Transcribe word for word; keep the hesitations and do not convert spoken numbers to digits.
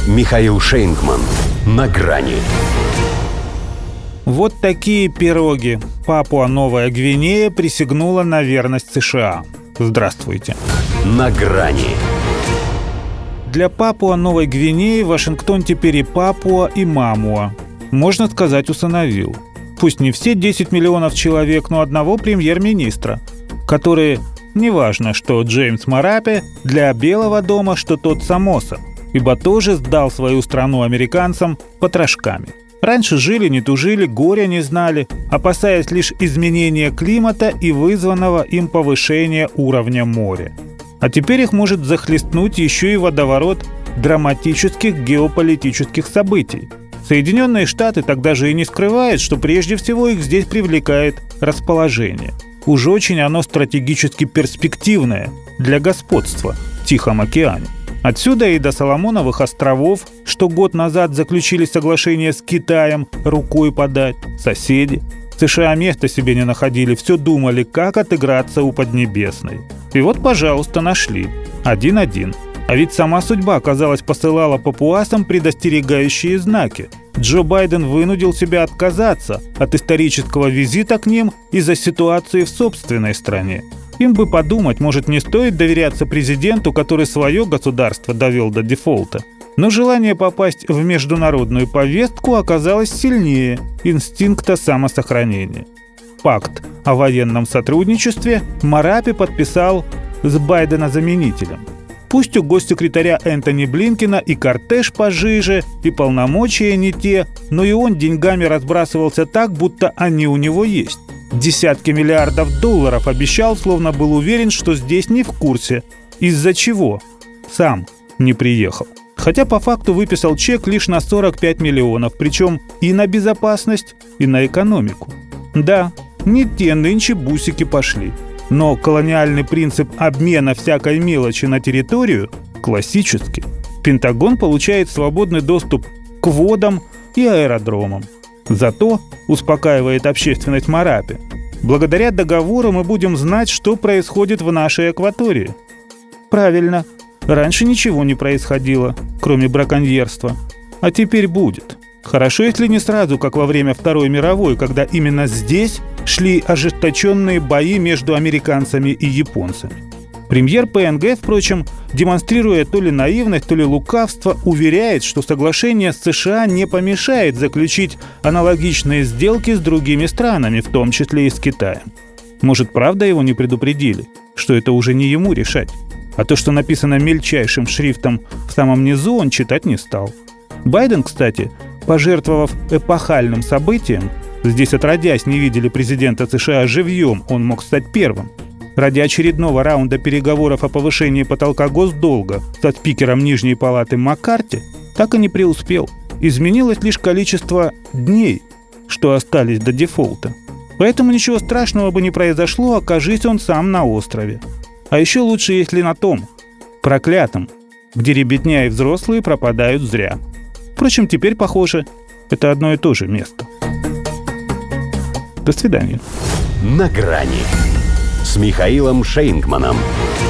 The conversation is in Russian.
Михаил Шейнгман. На грани. Вот такие пироги. Папуа-Новая Гвинея присягнула на верность США. Здравствуйте. На грани. Для Папуа-Новой Гвинеи Вашингтон теперь и Папуа, и Мамуа. Можно сказать, усыновил. Пусть не все десять миллионов человек, но одного премьер-министра, который, неважно, что Джеймс Марапе, для Белого дома, что тот Самоса, ибо тоже сдал свою страну американцам потрошками. Раньше жили, не тужили, горя не знали, опасаясь лишь изменения климата и вызванного им повышения уровня моря. А теперь их может захлестнуть еще и водоворот драматических геополитических событий. Соединенные Штаты тогда же и не скрывают, что прежде всего их здесь привлекает расположение. Уж очень оно стратегически перспективное для господства в Тихом океане. Отсюда и до Соломоновых островов, что год назад заключили соглашение с Китаем, рукой подать, соседи. США места себе не находили, все думали, как отыграться у Поднебесной. И вот, пожалуйста, нашли. Один-один. А ведь сама судьба, казалось, посылала папуасам предостерегающие знаки. Джо Байден вынудил себя отказаться от исторического визита к ним из-за ситуации в собственной стране. Им бы подумать, может, не стоит доверяться президенту, который свое государство довел до дефолта. Но желание попасть в международную повестку оказалось сильнее инстинкта самосохранения. Пакт о военном сотрудничестве Марапе подписал с Байдена-заменителем. Пусть у госсекретаря Энтони Блинкена и кортеж пожиже, и полномочия не те, но и он деньгами разбрасывался так, будто они у него есть. Десятки миллиардов долларов обещал, словно был уверен, что здесь не в курсе. Из-за чего? Сам не приехал. Хотя по факту выписал чек лишь на сорок пять миллионов, причем и на безопасность, и на экономику. Да, не те нынче бусики пошли. Но колониальный принцип обмена всякой мелочи на территорию классический. Пентагон получает свободный доступ к водам и аэродромам. Зато, успокаивает общественность Марапе, благодаря договору мы будем знать, что происходит в нашей акватории. Правильно, раньше ничего не происходило, кроме браконьерства. А теперь будет. Хорошо, если не сразу, как во время Второй мировой, когда именно здесь шли ожесточенные бои между американцами и японцами. Премьер ПНГ, впрочем, демонстрируя то ли наивность, то ли лукавство, уверяет, что соглашение с США не помешает заключить аналогичные сделки с другими странами, в том числе и с Китаем. Может, правда его не предупредили, что это уже не ему решать, а то, что написано мельчайшим шрифтом в самом низу, он читать не стал. Байден, кстати, пожертвовав эпохальным событием, здесь отродясь не видели президента США живьем, он мог стать первым. Ради очередного раунда переговоров о повышении потолка госдолга со спикером Нижней палаты Маккарти так и не преуспел. Изменилось лишь количество дней, что остались до дефолта. Поэтому ничего страшного бы не произошло, окажись он сам на острове. А еще лучше, если на том, проклятом, где ребятня и взрослые пропадают зря. Впрочем, теперь, похоже, это одно и то же место. До свидания. На грани с Михаилом Шейнгманом.